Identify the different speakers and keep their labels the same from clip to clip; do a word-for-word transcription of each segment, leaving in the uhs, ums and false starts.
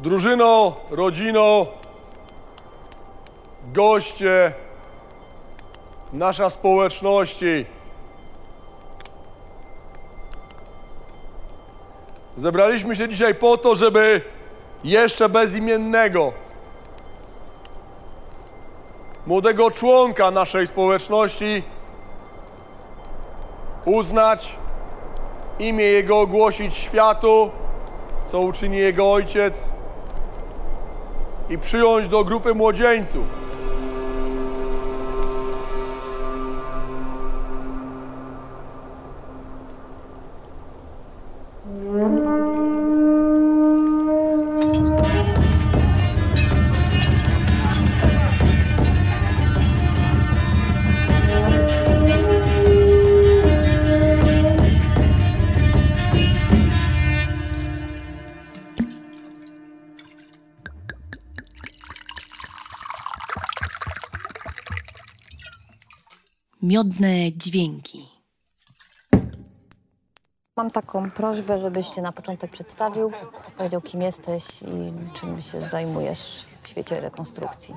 Speaker 1: Drużyno, rodzino, goście, nasza społeczności. Zebraliśmy się dzisiaj po to, żeby jeszcze bezimiennego, młodego członka naszej społeczności uznać, imię jego ogłosić światu, co uczyni jego ojciec, i przyjąć do grupy młodzieńców.
Speaker 2: Miodne dźwięki.
Speaker 3: Mam taką prośbę, żebyś się na początek przedstawił, powiedział, kim jesteś i czym się zajmujesz w świecie rekonstrukcji.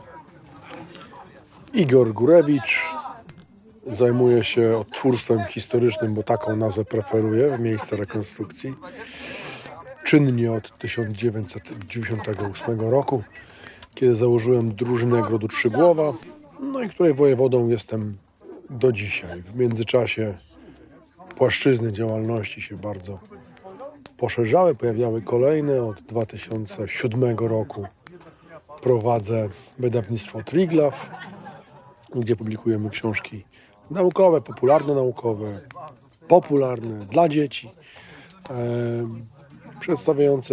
Speaker 4: Igor Górewicz. Zajmuję się odtwórstwem historycznym, bo taką nazwę preferuję w miejsce rekonstrukcji. Czynnie od tysiąc dziewięćset dziewięćdziesiątego ósmego roku, kiedy założyłem drużynę Grodu Trzygłowa, no i której wojewodą jestem do dzisiaj. W międzyczasie płaszczyzny działalności się bardzo poszerzały, pojawiały kolejne. Od dwa tysiące siódmego roku prowadzę wydawnictwo Triglav, gdzie publikujemy książki naukowe, popularno-naukowe, popularne dla dzieci, e, przedstawiające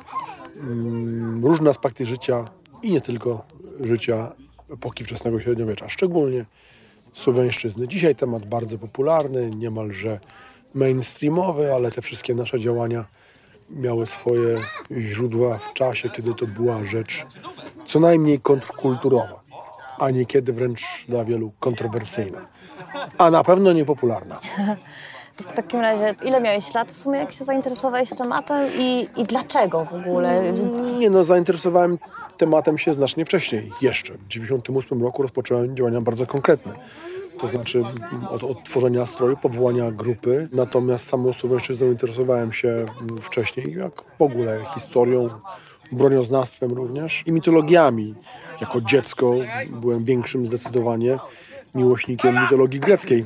Speaker 4: mm, różne aspekty życia i nie tylko życia epoki wczesnego średniowiecza, szczególnie Słowiańszczyzny. Dzisiaj temat bardzo popularny, niemalże mainstreamowy, ale te wszystkie nasze działania miały swoje źródła w czasie, kiedy to była rzecz co najmniej kontrkulturowa, a niekiedy wręcz dla wielu kontrowersyjna, a na pewno niepopularna.
Speaker 3: W takim razie, ile miałeś lat w sumie, jak się zainteresowałeś tematem i, i dlaczego w ogóle?
Speaker 4: Nie no, zainteresowałem tematem się znacznie wcześniej, jeszcze. W dziewięćdziesiątym ósmym roku rozpocząłem działania bardzo konkretne. To znaczy od, od tworzenia stroju, powołania grupy. Natomiast samą Słowiańszczyzną interesowałem się wcześniej, jak w ogóle historią, bronioznawstwem również i mitologiami. Jako dziecko byłem większym zdecydowanie miłośnikiem mitologii greckiej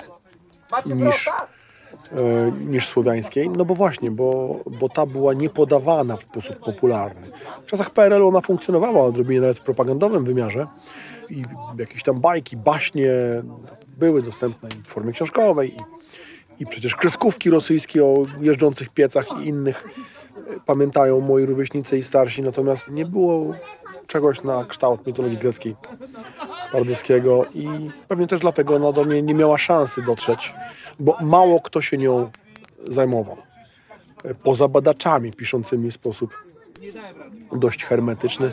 Speaker 4: niż, e, niż słowiańskiej. No bo właśnie, bo, bo ta była niepodawana w sposób popularny. W czasach P R L u ona funkcjonowała odrobinę nawet w propagandowym wymiarze i jakieś tam bajki, baśnie były dostępne i w formie książkowej i, i przecież kreskówki rosyjskie o jeżdżących piecach i innych pamiętają moi rówieśnicy i starsi, natomiast nie było czegoś na kształt mitologii greckiej Bardowskiego i pewnie też dlatego ona do mnie nie miała szansy dotrzeć, bo mało kto się nią zajmował. Poza badaczami piszącymi w sposób dość hermetyczny,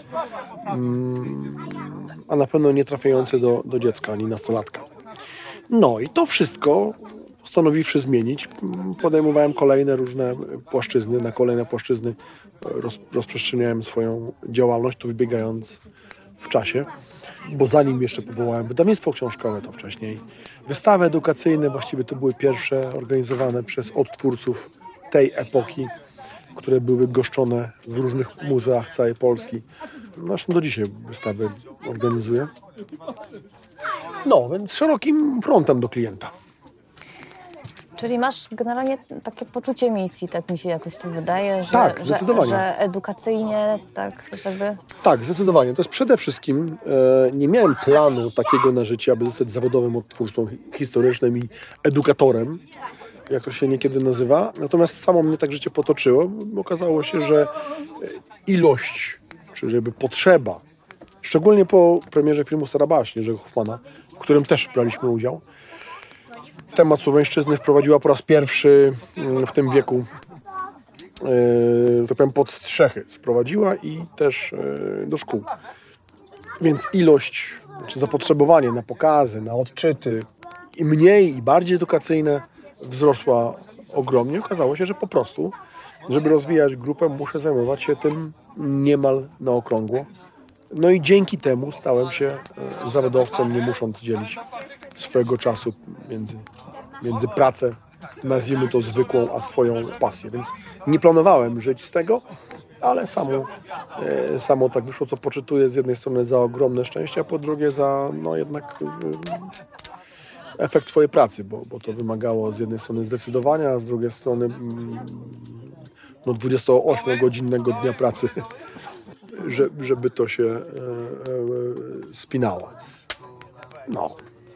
Speaker 4: a na pewno nie trafiający do, do dziecka ani nastolatka. No i to wszystko postanowiwszy zmienić, podejmowałem kolejne różne płaszczyzny, na kolejne płaszczyzny roz, rozprzestrzeniałem swoją działalność, tu wybiegając w czasie, bo zanim jeszcze powołałem wydawnictwo książkowe, to wcześniej wystawy edukacyjne, właściwie to były pierwsze organizowane przez odtwórców tej epoki, które były goszczone w różnych muzeach całej Polski. Zresztą do dzisiaj wystawy organizuję. No, więc szerokim frontem do klienta.
Speaker 3: Czyli masz generalnie takie poczucie misji, tak mi się jakoś to wydaje, że,
Speaker 4: tak, zdecydowanie.
Speaker 3: że, że edukacyjnie, tak, żeby...
Speaker 4: Tak, zdecydowanie. To jest przede wszystkim, e, nie miałem planu takiego na życie, aby zostać zawodowym odtwórcą historycznym i edukatorem, jak to się niekiedy nazywa. Natomiast samo mnie tak życie potoczyło. Okazało się, że ilość, czy żeby potrzeba, szczególnie po premierze filmu Stara Baśń Jerzego Hoffmana, w którym też braliśmy udział, temat słowiańszczyzny wprowadziła po raz pierwszy w tym wieku, yy, tak powiem, pod strzechy sprowadziła i też yy, do szkół. Więc ilość, czy zapotrzebowanie na pokazy, na odczyty i mniej i bardziej edukacyjne wzrosła ogromnie. Okazało się, że po prostu żeby rozwijać grupę, muszę zajmować się tym niemal na okrągło. No i dzięki temu stałem się e, zawodowcem, nie musząc dzielić swojego czasu między, między pracę, nazwijmy to zwykłą, a swoją pasję. Więc nie planowałem żyć z tego, ale samo, e, samo tak wyszło, co poczytuję z jednej strony za ogromne szczęście, a po drugie za no jednak e, efekt swojej pracy, bo, bo to wymagało z jednej strony zdecydowania, a z drugiej strony mm, no dwudziestoośmiogodzinnego dnia pracy, że, żeby to się e, e, spinało. No.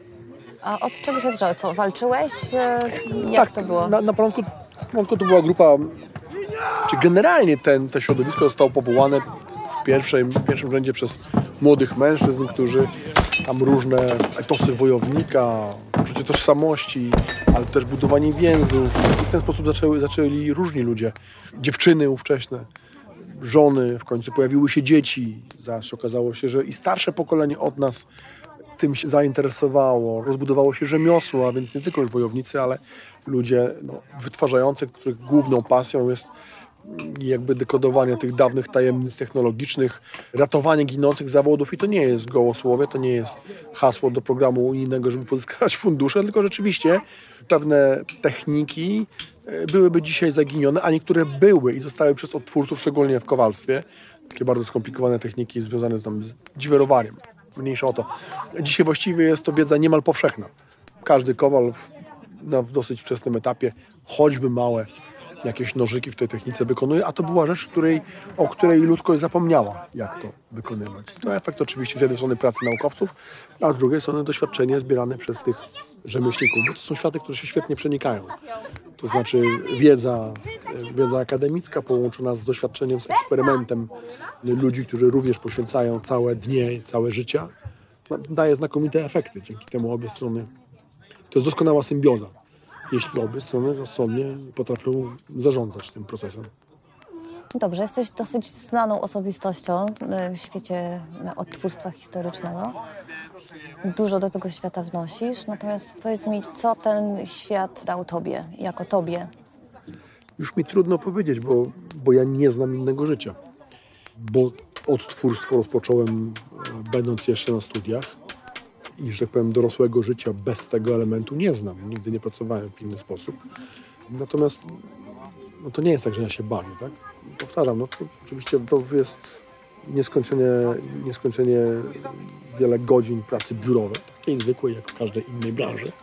Speaker 3: A od czego się zaczęło? Co, walczyłeś? E, Jak
Speaker 4: Tak,
Speaker 3: to było?
Speaker 4: Na, na, początku, na początku to była grupa, czy generalnie ten, to środowisko zostało powołane w, pierwszej, w pierwszym rzędzie przez młodych mężczyzn, którzy tam różne etosy wojownika, poczucie tożsamości, ale też budowanie więzów. I w ten sposób zaczęły, zaczęli różni ludzie, dziewczyny ówcześne, żony, w końcu pojawiły się dzieci. Zaś okazało się, że i starsze pokolenie od nas tym się zainteresowało, rozbudowało się rzemiosło, a więc nie tylko już wojownicy, ale ludzie no, wytwarzający, których główną pasją jest jakby dekodowanie tych dawnych tajemnic technologicznych, ratowanie ginących zawodów i to nie jest gołosłowie, to nie jest hasło do programu unijnego, żeby pozyskać fundusze, tylko rzeczywiście pewne techniki byłyby dzisiaj zaginione, a niektóre były i zostały przez odtwórców, szczególnie w kowalstwie, takie bardzo skomplikowane techniki związane tam z dziwerowaniem. Mniejsza o to. Dzisiaj właściwie jest to wiedza niemal powszechna. Każdy kowal w, na w dosyć wczesnym etapie, choćby małe jakieś nożyki w tej technice wykonuje, a to była rzecz, której, o której ludzkość zapomniała, jak to wykonywać. To efekt oczywiście z jednej strony pracy naukowców, a z drugiej strony doświadczenie zbierane przez tych rzemieślników, bo to są światy, które się świetnie przenikają. To znaczy wiedza, wiedza akademicka połączona z doświadczeniem, z eksperymentem ludzi, którzy również poświęcają całe dnie, całe życia, daje znakomite efekty. Dzięki temu obie strony, to jest doskonała symbioza, jeśli obie strony rozsądnie potrafią zarządzać tym procesem.
Speaker 3: Dobrze, jesteś dosyć znaną osobistością w świecie odtwórstwa historycznego. Dużo do tego świata wnosisz, natomiast powiedz mi, co ten świat dał tobie, jako tobie?
Speaker 4: Już mi trudno powiedzieć, bo, bo ja nie znam innego życia. Bo odtwórstwo rozpocząłem będąc jeszcze na studiach i, że tak powiem, dorosłego życia bez tego elementu nie znam. Nigdy nie pracowałem w inny sposób. Natomiast no to nie jest tak, że ja się bawię, tak? Powtarzam, no to oczywiście to jest nieskończenie, nieskończenie wiele godzin pracy biurowej, takiej zwykłej jak w każdej innej branży.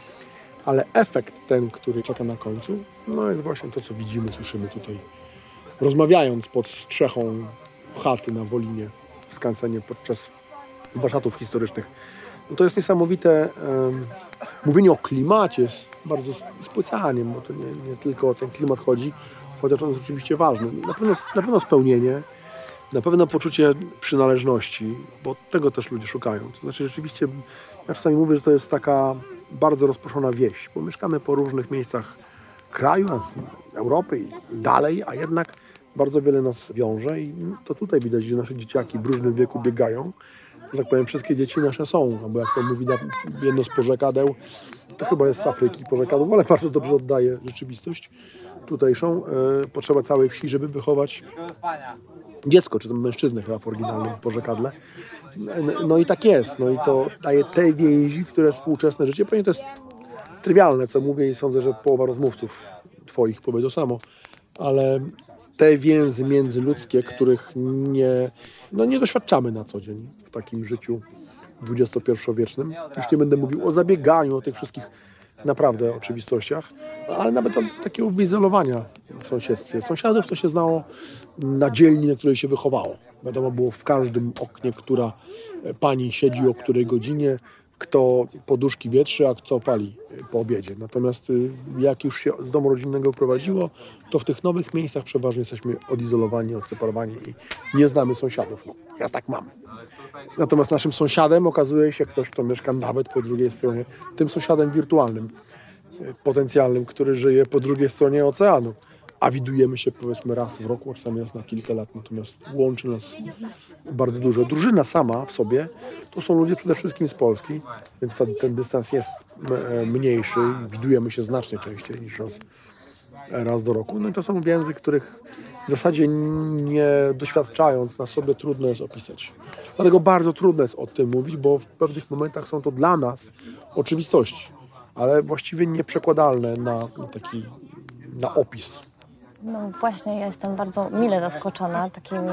Speaker 4: Ale efekt ten, który czeka na końcu, no jest właśnie to, co widzimy, słyszymy tutaj, rozmawiając pod strzechą chaty na Wolinie, w skansenie podczas warsztatów historycznych. No to jest niesamowite. Um, mówienie o klimacie jest bardzo spłycaniem, bo to nie, nie tylko o ten klimat chodzi, chociaż on jest oczywiście ważny. Na pewno, na pewno spełnienie, na pewno poczucie przynależności, bo tego też ludzie szukają. To znaczy rzeczywiście, ja czasami mówię, że to jest taka bardzo rozproszona wieś, bo mieszkamy po różnych miejscach kraju, Europy i dalej, a jednak bardzo wiele nas wiąże i to tutaj widać, że nasze dzieciaki w różnym wieku biegają. Że tak powiem, wszystkie dzieci nasze są, no bo jak to mówi jedno z porzekadeł, to chyba jest z Afryki porzekadł, ale bardzo dobrze oddaje rzeczywistość tutejszą. E, potrzeba całej wsi, żeby wychować dziecko, czy to mężczyznę chyba w oryginalnym porzekadle. No i tak jest, no i to daje te więzi, które współczesne życie, pewnie to jest trywialne, co mówię i sądzę, że połowa rozmówców twoich powie to samo, ale te więzy międzyludzkie, których nie, no nie doświadczamy na co dzień w takim życiu dwudziestopierwowiecznym. Już nie będę mówił o zabieganiu, o tych wszystkich naprawdę oczywistościach, ale nawet o takiego wyizolowania w sąsiedztwie. Sąsiadów to się znało na dzielni, na której się wychowało. Wiadomo było w każdym oknie, która pani siedzi o której godzinie, kto poduszki wietrzy, a kto pali po obiedzie. Natomiast jak już się z domu rodzinnego prowadziło, to w tych nowych miejscach przeważnie jesteśmy odizolowani, odseparowani i nie znamy sąsiadów. No, ja tak mam. Natomiast naszym sąsiadem okazuje się ktoś, kto mieszka nawet po drugiej stronie, tym sąsiadem wirtualnym, potencjalnym, który żyje po drugiej stronie oceanu. A widujemy się powiedzmy raz w roku, czasami raz na kilka lat, natomiast łączy nas bardzo dużo. Drużyna sama w sobie to są ludzie przede wszystkim z Polski, więc ten, ten dystans jest mniejszy, widujemy się znacznie częściej niż raz raz do roku. No i to są więzy, których w zasadzie nie doświadczając na sobie trudno jest opisać. Dlatego bardzo trudno jest o tym mówić, bo w pewnych momentach są to dla nas oczywistości, ale właściwie nieprzekładalne na, na taki na opis.
Speaker 3: No właśnie, ja jestem bardzo mile zaskoczona takimi,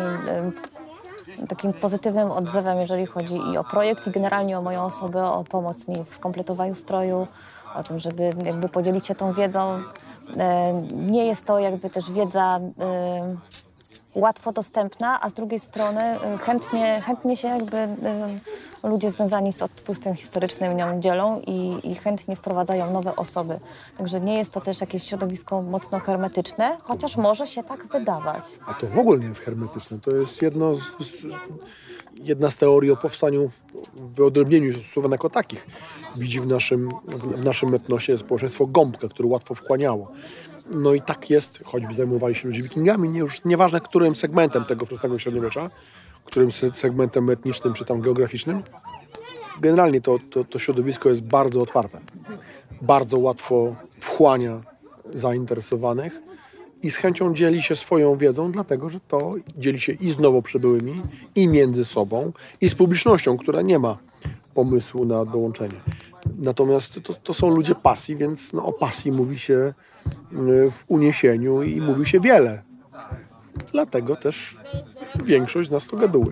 Speaker 3: y, takim pozytywnym odzewem, jeżeli chodzi i o projekt, i generalnie o moją osobę, o pomoc mi w skompletowaniu stroju, o tym, żeby jakby podzielić się tą wiedzą. Y, nie jest to jakby też wiedza y, łatwo dostępna, a z drugiej strony y, chętnie, chętnie się jakby y, ludzie związani z odtwórstwem historycznym nią dzielą i, i chętnie wprowadzają nowe osoby. Także nie jest to też jakieś środowisko mocno hermetyczne, chociaż może się tak wydawać.
Speaker 4: A to w ogóle nie jest hermetyczne. To jest jedno z, z, jedna z teorii o powstaniu, wyodrębnieniu słowem jako takich. Widzi w naszym, w naszym etnosie społeczeństwo gąbkę, które łatwo wchłaniało. No i tak jest, choćby zajmowali się ludzie wikingami, nie, już nieważne którym segmentem tego wczesnego średniowiecza, którym segmentem etnicznym czy tam geograficznym, generalnie to, to, to środowisko jest bardzo otwarte. Bardzo łatwo wchłania zainteresowanych i z chęcią dzieli się swoją wiedzą, dlatego że to dzieli się i z nowo przybyłymi, i między sobą, i z publicznością, która nie ma pomysłu na dołączenie. Natomiast to, to są ludzie pasji, więc no, o pasji mówi się w uniesieniu i mówi się wiele. Dlatego też większość z nas to gaduły.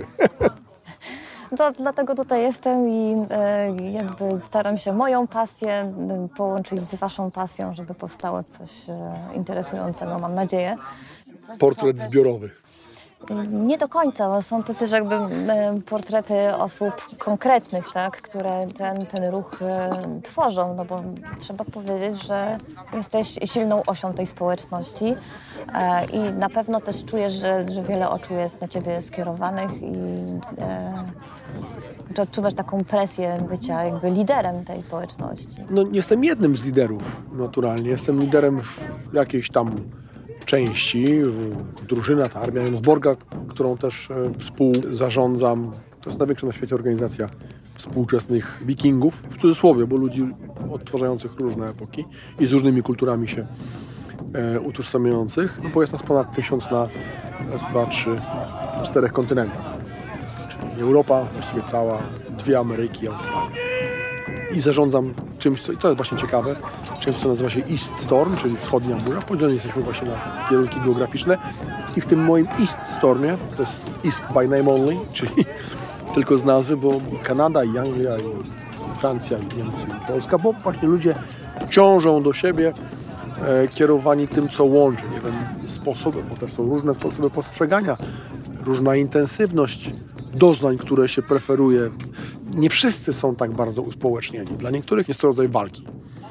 Speaker 3: To dlatego tutaj jestem i e, jakby staram się moją pasję e, połączyć z waszą pasją, żeby powstało coś e, interesującego, mam nadzieję.
Speaker 4: Portret zbiorowy.
Speaker 3: Nie do końca, bo są to też jakby e, portrety osób konkretnych, tak, które ten, ten ruch e, tworzą, no bo trzeba powiedzieć, że jesteś silną osią tej społeczności e, i na pewno też czujesz, że, że wiele oczu jest na ciebie skierowanych i e, że odczuwasz taką presję bycia jakby liderem tej społeczności.
Speaker 4: No, jestem jednym z liderów, naturalnie. Jestem liderem w jakiejś tam części, drużyna, ta Armia Jensborga, którą też e, współzarządzam. To jest największa na świecie organizacja współczesnych wikingów, w cudzysłowie, bo ludzi odtwarzających różne epoki i z różnymi kulturami się e, utożsamiających, no bo jest nas ponad tysiąc na raz, dwa, trzy, czterech kontynentach. Czyli Europa, właściwie cała, dwie Ameryki, Australia. I zarządzam czymś, co, i to jest właśnie ciekawe, czymś, co nazywa się East Storm, czyli wschodnia burza. Podzieleni jesteśmy właśnie na kierunki geograficzne. I w tym moim East Stormie, to jest East by name only, czyli tylko z nazwy, bo Kanada, i Anglia, i Francja, i Niemcy, i Polska, bo właśnie ludzie ciążą do siebie, e, kierowani tym, co łączy. Nie wiem, sposoby, bo też są różne sposoby postrzegania, różna intensywność doznań, które się preferuje. Nie wszyscy są tak bardzo uspołecznieni. Dla niektórych jest to rodzaj walki.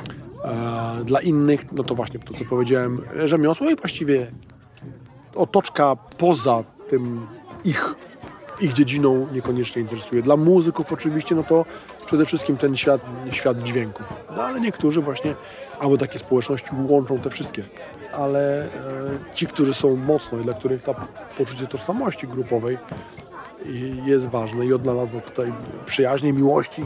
Speaker 4: E, dla innych, no to właśnie to, co powiedziałem, rzemiosło i właściwie otoczka poza tym ich, ich dziedziną niekoniecznie interesuje. Dla muzyków oczywiście, no to przede wszystkim ten świat, świat dźwięków. No ale niektórzy właśnie, albo takie społeczności łączą te wszystkie. Ale e, ci, którzy są mocno i dla których to poczucie tożsamości grupowej jest ważne i odnalazło tutaj przyjaźnie, miłości,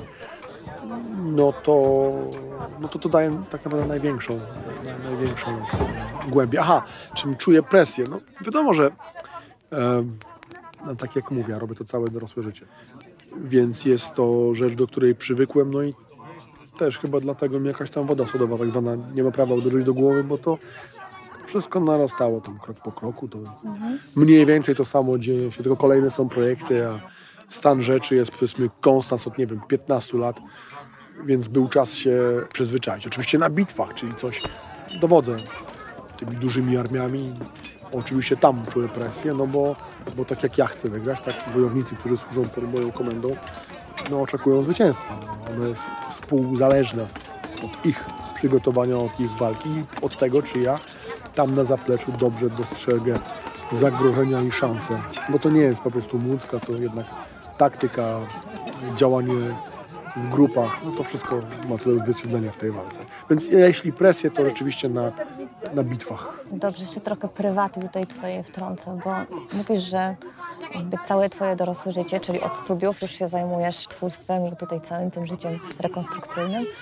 Speaker 4: no to, no to to daje tak naprawdę największą, największą głębię. Aha, czym czuję presję? No wiadomo, że e, no, tak jak mówię, ja robię to całe dorosłe życie, więc jest to rzecz, do której przywykłem, no i też chyba dlatego mi jakaś tam woda sodowa tak zwana nie ma prawa uderzyć do głowy, bo to wszystko narastało tam krok po kroku, to mhm. mniej więcej to samo dzieje się, tylko kolejne są projekty, a stan rzeczy jest powiedzmy konstans od, nie wiem, piętnastu lat, więc był czas się przyzwyczaić. Oczywiście na bitwach, czyli coś dowodzę tymi dużymi armiami, oczywiście tam czuję presję, no bo, bo tak jak ja chcę wygrać, tak wojownicy, którzy służą pod moją komendą, no oczekują zwycięstwa. Ono jest współzależne od ich przygotowania, od ich walki, od tego, czy ja tam na zapleczu dobrze dostrzegę zagrożenia i szanse. Bo to nie jest po prostu łódzka, to jednak taktyka, działanie w grupach, no to wszystko ma tyle odzwierciedlenia w tej walce. Więc jeśli presję, to rzeczywiście na, na bitwach.
Speaker 3: Dobrze, jeszcze trochę prywaty tutaj twoje wtrącę, bo mówisz, że jakby całe twoje dorosłe życie, czyli od studiów już się zajmujesz twórstwem i tutaj całym tym życiem rekonstrukcyjnym.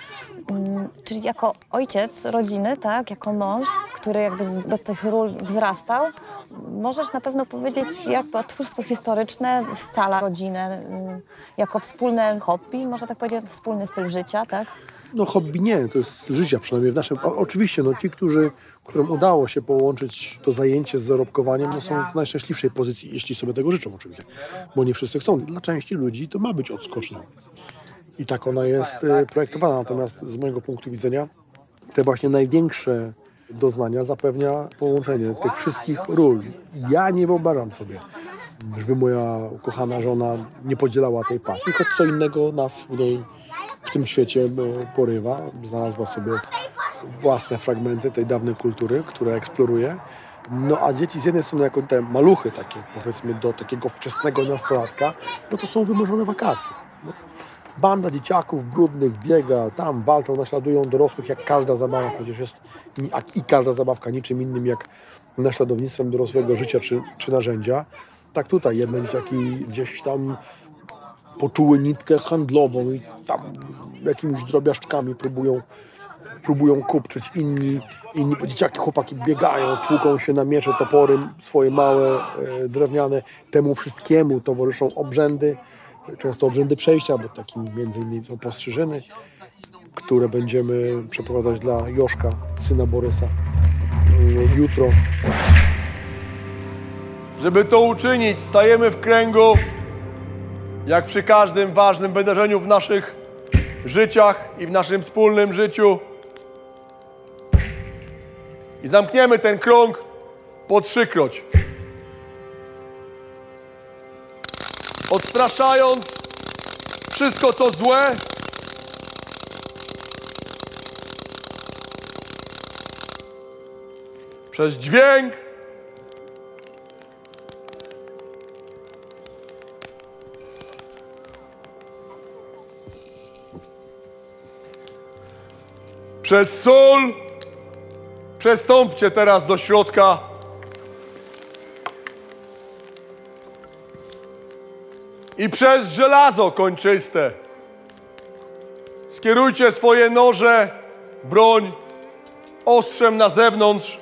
Speaker 3: Mm, Czyli jako ojciec rodziny, tak, jako mąż, który jakby do tych ról wzrastał, możesz na pewno powiedzieć, jakby odtwórstwo historyczne scala rodzinę mm, jako wspólne hobby, można tak powiedzieć, wspólny styl życia, tak?
Speaker 4: No hobby nie, to jest życia, przynajmniej w naszym... O, oczywiście, no ci, którzy, którym udało się połączyć to zajęcie z zarobkowaniem, no są w najszczęśliwszej pozycji, jeśli sobie tego życzą oczywiście, bo nie wszyscy chcą. Dla części ludzi to ma być odskocznia. I tak ona jest e, projektowana, natomiast z mojego punktu widzenia te właśnie największe doznania zapewnia połączenie tych wszystkich ról. Ja nie wyobrażam sobie, żeby moja ukochana żona nie podzielała tej pasji, choć co innego nas w niej w tym świecie porywa. Znalazła sobie własne fragmenty tej dawnej kultury, które eksploruje. No a dzieci z jednej strony jako te maluchy takie, powiedzmy do takiego wczesnego nastolatka, no to są wymarzone wakacje. No, banda dzieciaków brudnych biega, tam walczą, naśladują dorosłych jak każda zabawa, przecież jest i każda zabawka niczym innym jak naśladownictwem dorosłego życia czy, czy narzędzia. Tak tutaj jedne dzieciaki gdzieś tam poczuły nitkę handlową i tam jakimiś drobiażdżkami próbują, próbują kupczyć. Inni, inni dzieciaki, chłopaki biegają, tłuką się na miecze, topory swoje małe, e, drewniane. Temu wszystkiemu towarzyszą obrzędy, często obrzędy przejścia, bo takim między innymi są postrzyżyny, które będziemy przeprowadzać dla Joszka, syna Borysa, e, jutro.
Speaker 1: Żeby to uczynić, stajemy w kręgu, jak przy każdym ważnym wydarzeniu w naszych życiach i w naszym wspólnym życiu. I zamkniemy ten krąg po trzykroć. Odstraszając wszystko, co złe, przez dźwięk, przez sól. Przestąpcie teraz do środka. I przez żelazo kończyste. Skierujcie swoje noże, broń ostrzem na zewnątrz.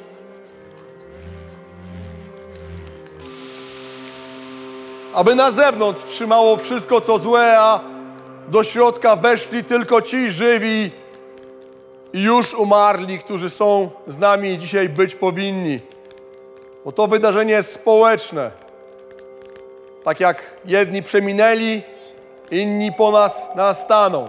Speaker 1: Aby na zewnątrz trzymało wszystko, co złe, a do środka weszli tylko ci żywi i już umarli, którzy są z nami dzisiaj być powinni. Bo to wydarzenie jest społeczne. Tak jak jedni przeminęli, inni po nas nastaną.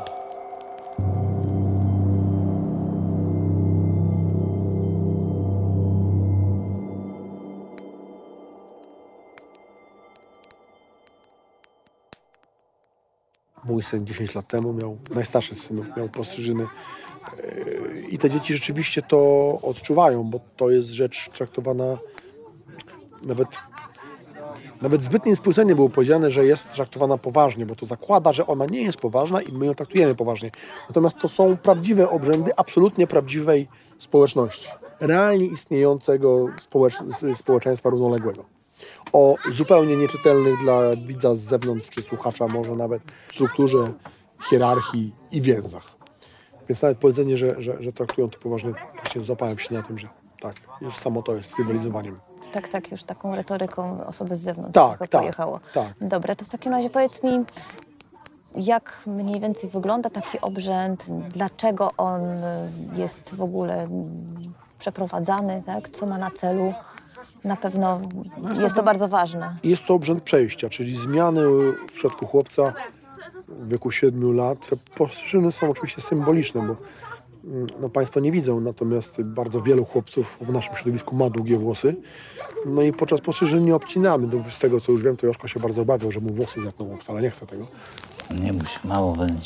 Speaker 4: Mój syn dziesięć lat temu miał, najstarszy z synów miał postrzyżyny. I te dzieci rzeczywiście to odczuwają, bo to jest rzecz traktowana nawet, nawet zbyt niespójrzenie było powiedziane, że jest traktowana poważnie, bo to zakłada, że ona nie jest poważna i my ją traktujemy poważnie. Natomiast to są prawdziwe obrzędy absolutnie prawdziwej społeczności, realnie istniejącego społecz- społeczeństwa równoległego. O zupełnie nieczytelnych dla widza z zewnątrz, czy słuchacza może nawet strukturze, hierarchii i więzach. Więc nawet powiedzenie, że, że, że traktują to poważnie, właśnie złapałem się na tym, że tak, już samo to jest rywalizowaniem.
Speaker 3: Tak, tak, już taką retoryką osoby z zewnątrz
Speaker 4: Tak,
Speaker 3: tylko
Speaker 4: tak,
Speaker 3: pojechało.
Speaker 4: tak.
Speaker 3: Dobra, to w takim razie powiedz mi, jak mniej więcej wygląda taki obrzęd, dlaczego on jest w ogóle przeprowadzany, tak? Co ma na celu? Na pewno jest to bardzo ważne.
Speaker 4: Jest to obrzęd przejścia, czyli zmiany w przypadku chłopca w wieku siedmiu lat. Te postrzyżyny są oczywiście symboliczne, bo no, Państwo nie widzą, natomiast bardzo wielu chłopców w naszym środowisku ma długie włosy. No i podczas postrzyżyn nie obcinamy. Z tego, co już wiem, to Joszko się bardzo obawiał, że mu włosy zetną, wcale nie chce tego.
Speaker 5: Nie bój się, mało będzie.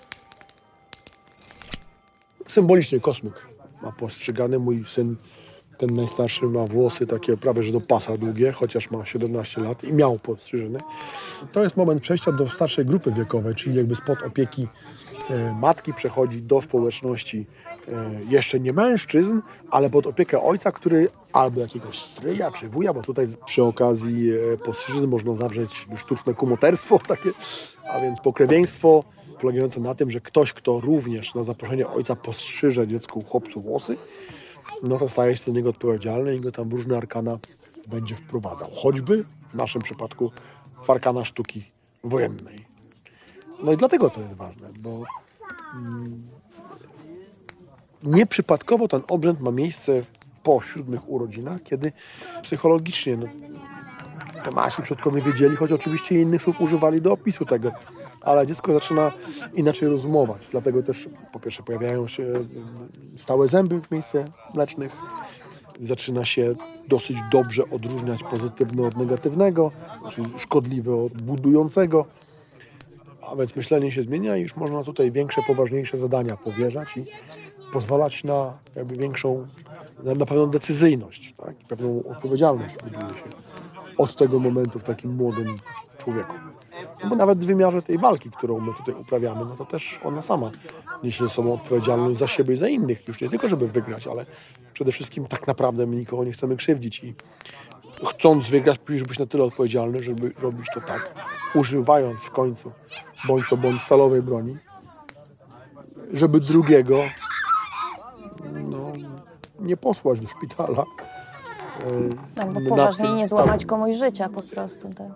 Speaker 4: Symbolicznie kosmyk ma postrzygany. Mój syn, ten najstarszy, ma włosy takie prawie że do pasa długie, chociaż ma siedemnaście lat i miał postrzyżyny. To jest moment przejścia do starszej grupy wiekowej, czyli jakby spod opieki e, matki przechodzi do społeczności e, jeszcze nie mężczyzn, ale pod opiekę ojca, który albo jakiegoś stryja czy wuja, bo tutaj przy okazji e, postrzyżyn można zawrzeć sztuczne kumoterstwo takie, a więc pokrewieństwo polegające na tym, że ktoś, kto również na zaproszenie ojca postrzyże dziecku chłopcu włosy, no to staje się do niego odpowiedzialny i go tam w różne arkana będzie wprowadzał. Choćby w naszym przypadku w arkana sztuki wojennej. No i dlatego to jest ważne, bo mm, nieprzypadkowo ten obrzęd ma miejsce po siódmych urodzinach, kiedy psychologicznie no, to nasi przodkowie wiedzieli, choć oczywiście innych słów używali do opisu tego, ale dziecko zaczyna inaczej rozumować. Dlatego też po pierwsze pojawiają się stałe zęby w miejsce mlecznych. Zaczyna się dosyć dobrze odróżniać pozytywne od negatywnego, czyli szkodliwe od budującego. A więc myślenie się zmienia i już można tutaj większe, poważniejsze zadania powierzać i pozwalać na jakby większą, na, na pewną decyzyjność, tak? I pewną odpowiedzialność buduje się od tego momentu w takim młodym człowieku. No bo nawet w wymiarze tej walki, którą my tutaj uprawiamy, no to też ona sama niesie ze sobą odpowiedzialność za siebie i za innych. Już nie tylko, żeby wygrać, ale przede wszystkim tak naprawdę my nikogo nie chcemy krzywdzić i chcąc wygrać, musisz być na tyle odpowiedzialny, żeby robić to tak, używając w końcu bądź co bądź stalowej broni, żeby drugiego no, nie posłać do szpitala.
Speaker 3: Albo
Speaker 4: Na
Speaker 3: poważniej
Speaker 4: tym-
Speaker 3: nie złamać komuś życia po prostu. Tak.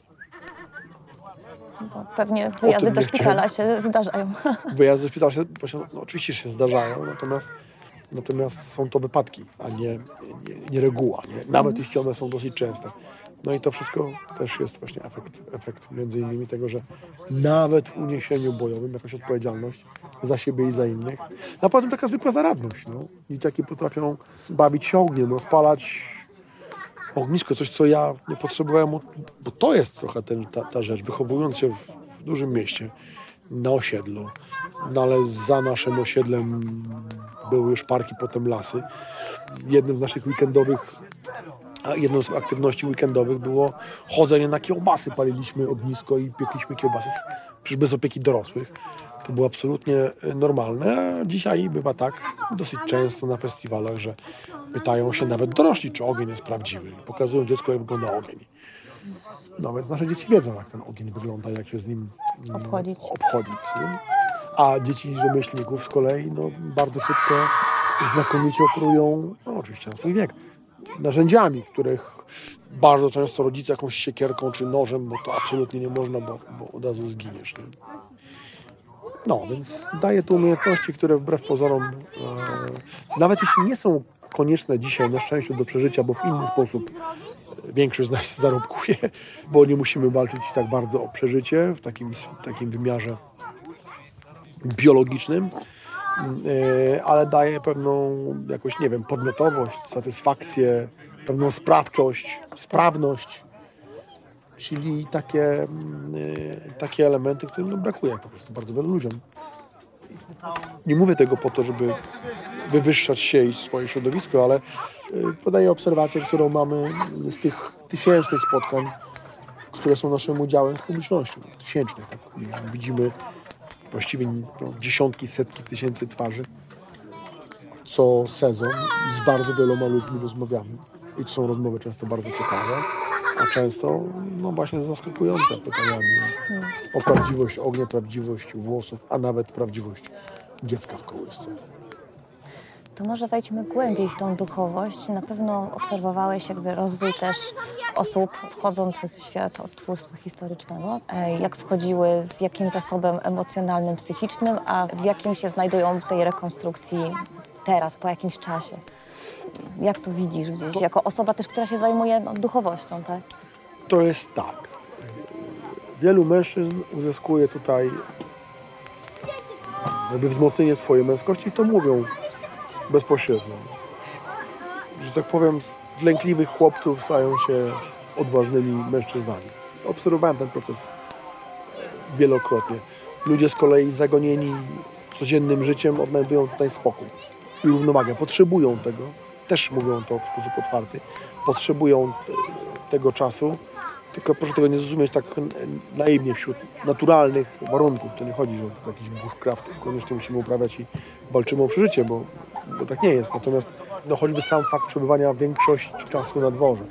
Speaker 3: Bo pewnie wyjazdy
Speaker 4: tym
Speaker 3: do
Speaker 4: nie
Speaker 3: szpitala się zdarzają.
Speaker 4: Wyjazdy do szpitala się, no, oczywiście się zdarzają, natomiast, natomiast są to wypadki, a nie, nie, nie reguła, nie? Nawet jeśli one są dosyć częste. No i to wszystko też jest właśnie efekt, efekt między innymi tego, że nawet w uniesieniu bojowym jakaś odpowiedzialność za siebie i za innych. A potem taka zwykła zaradność. No. Dzieciaki potrafią bawić się ogniem, rozpalać ognisko, coś co ja nie potrzebowałem, bo to jest trochę ten, ta, ta rzecz. Wychowując się w, w dużym mieście, na osiedlu, no ale za naszym osiedlem były już parki, potem lasy. Jednym z naszych weekendowych A jedną z aktywności weekendowych było chodzenie na kiełbasy. Paliliśmy ognisko i piekliśmy kiełbasy, przecież bez opieki dorosłych. To było absolutnie normalne. A dzisiaj bywa tak, dosyć często na festiwalach, że pytają się nawet dorośli, czy ogień jest prawdziwy. Pokazują dziecku, jak wygląda ogień. No więc nasze dzieci wiedzą, jak ten ogień wygląda, jak się z nim mm,
Speaker 3: Obchodzić.
Speaker 4: obchodzić, nie? A dzieci rzemieślników z kolei no, bardzo szybko, znakomicie operują, no oczywiście na swój wiek, narzędziami, których bardzo często rodzice jakąś siekierką czy nożem, bo to absolutnie nie można, bo, bo od razu zginiesz. Nie? No, więc daje to umiejętności, które wbrew pozorom, e, nawet jeśli nie są konieczne dzisiaj na szczęście do przeżycia, bo w inny sposób większość z nas zarobkuje, bo nie musimy walczyć tak bardzo o przeżycie w takim, w takim wymiarze biologicznym, ale daje pewną jakąś, nie wiem, podmiotowość, satysfakcję, pewną sprawczość, sprawność, czyli takie, takie elementy, którym no, brakuje po prostu bardzo wielu ludziom. Nie mówię tego po to, żeby wywyższać się i swoje środowisko, ale podaję obserwację, którą mamy z tych tysięcznych spotkań, które są naszym udziałem z publicznością. Tysięcznych. Tak? Widzimy właściwie no, dziesiątki, setki tysięcy twarzy co sezon i z bardzo wieloma ludźmi rozmawiamy. I to są rozmowy często bardzo ciekawe, a często no właśnie zaskakujące pytaniami o prawdziwość ognia, prawdziwość włosów, a nawet prawdziwość dziecka w kołysce.
Speaker 3: To może wejdźmy głębiej w tą duchowość. Na pewno obserwowałeś jakby rozwój też osób wchodzących w świat odtwórstwa historycznego. Jak wchodziły, z jakim zasobem emocjonalnym, psychicznym, a w jakim się znajdują w tej rekonstrukcji teraz, po jakimś czasie. Jak to widzisz gdzieś? Jako osoba też, która się zajmuje no, duchowością, tak?
Speaker 4: To jest tak. Wielu mężczyzn uzyskuje tutaj jakby wzmocnienie swojej męskości i to mówią bezpośrednio. Że tak powiem, z lękliwych chłopców stają się odważnymi mężczyznami. Obserwowałem ten proces wielokrotnie. Ludzie z kolei zagonieni codziennym życiem odnajdują tutaj spokój i równowagę. Potrzebują tego, też mówią to w sposób otwarty, potrzebują tego czasu, tylko proszę tego nie zrozumieć tak naiwnie wśród naturalnych warunków. To nie chodzi, że to jakiś bushcraft, koniecznie musimy uprawiać i walczymy o przeżycie, bo, bo tak nie jest. Natomiast no, choćby sam fakt przebywania większość czasu na dworze.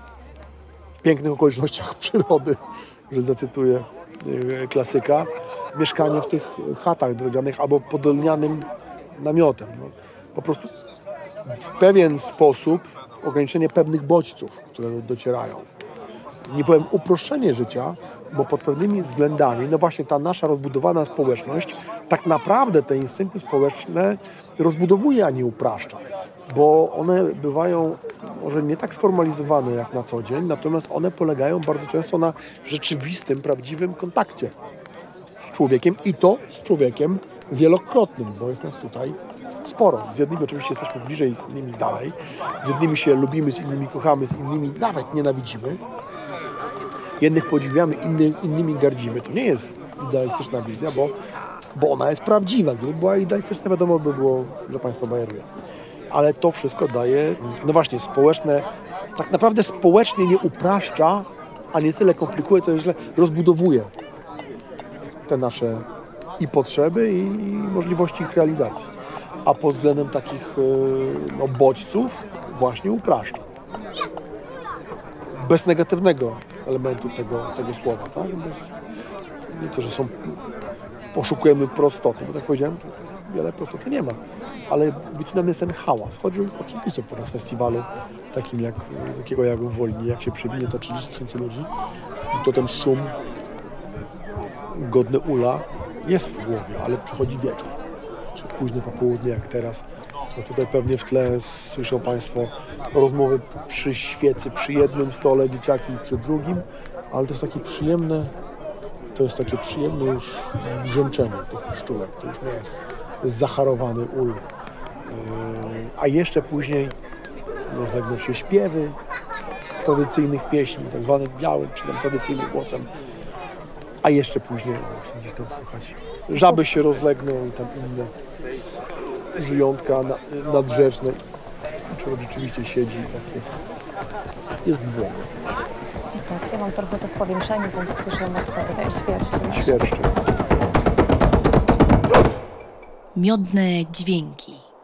Speaker 4: W pięknych okolicznościach przyrody, że zacytuję yy, klasyka, mieszkanie w tych chatach drewnianych albo pod lnianym namiotem. No, po prostu w pewien sposób ograniczenie pewnych bodźców, które docierają. Nie powiem uproszczenie życia, bo pod pewnymi względami, no właśnie ta nasza rozbudowana społeczność tak naprawdę te instynkty społeczne rozbudowuje, a nie upraszcza. Bo one bywają może nie tak sformalizowane jak na co dzień, natomiast one polegają bardzo często na rzeczywistym, prawdziwym kontakcie z człowiekiem i to z człowiekiem wielokrotnym, bo jest nas tutaj sporo. Z jednymi oczywiście jesteśmy bliżej, z innymi dalej. Z jednymi się lubimy, z innymi kochamy, z innymi nawet nienawidzimy. Jednych podziwiamy, innych, innymi gardzimy. To nie jest idealistyczna wizja, bo, bo ona jest prawdziwa. Gdyby była idealistyczna, wiadomo by było, że państwo bajeruje. Ale to wszystko daje, no właśnie, społeczne, tak naprawdę społecznie nie upraszcza, a nie tyle komplikuje, to źle rozbudowuje te nasze i potrzeby, i możliwości ich realizacji. A pod względem takich no, bodźców właśnie upraszcza. Bez negatywnego elementu tego, tego słowa, tak? Bez, nie to, że są, poszukujemy prostoty, bo tak powiedziałem, wiele prostoty nie ma, ale wycinany jest ten hałas. Chodzi oczywiście podczas festiwalu takim jak, takiego jak w Wolni, jak się przewinie to trzydzieści tysięcy ludzi, to ten szum godny ula jest w głowie, ale przychodzi wieczór, czy późne popołudnie jak teraz. No tutaj pewnie w tle słyszą państwo rozmowy przy świecy, przy jednym stole, dzieciaki przy drugim, ale to jest takie przyjemne, to jest takie przyjemne już brzęczenie tych pszczółek, to już nie jest, to jest zacharowany ul. Yy, a jeszcze później rozlegną się śpiewy tradycyjnych pieśni, tak zwanym białym, czy tam tradycyjnym głosem, a jeszcze później właśnie gdzieś tam słychać żaby się rozlegną i tam inne żyjątka na, nadrzeczne. Człowiek rzeczywiście siedzi, tak jest, jest błąd.
Speaker 3: Tak, ja mam trochę to w powiększeniu, więc słyszę mocno ten świerszcz.
Speaker 4: Świerszczy.
Speaker 2: Miodne dźwięki.